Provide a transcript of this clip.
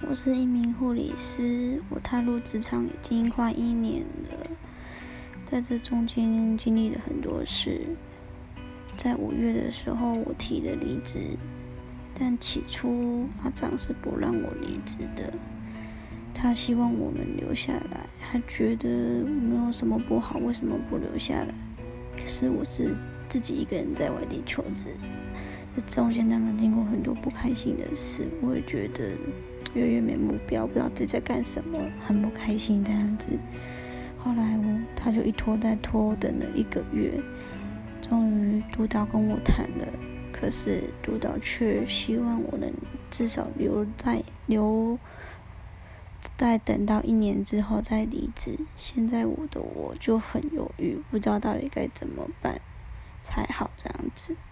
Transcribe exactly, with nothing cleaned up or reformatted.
我是一名护理师，我踏入职场已经快一年了，在这中间经历了很多事。在五月的时候，我提了离职，但起初阿长是不让我离职的，他希望我们留下来，他觉得没有什么不好，为什么不留下来？是我是自己一个人在外地求职，这中间当然经过很多不开心的事，我也觉得越来越没目标，不知道自己在干什么，很不开心这样子。后来我他就一拖再拖，等了一个月，终于督导跟我谈了，可是督导却希望我能至少留在留再等到一年之后再离职。现在我的我就很犹豫，不知道到底该怎么办才好这样子。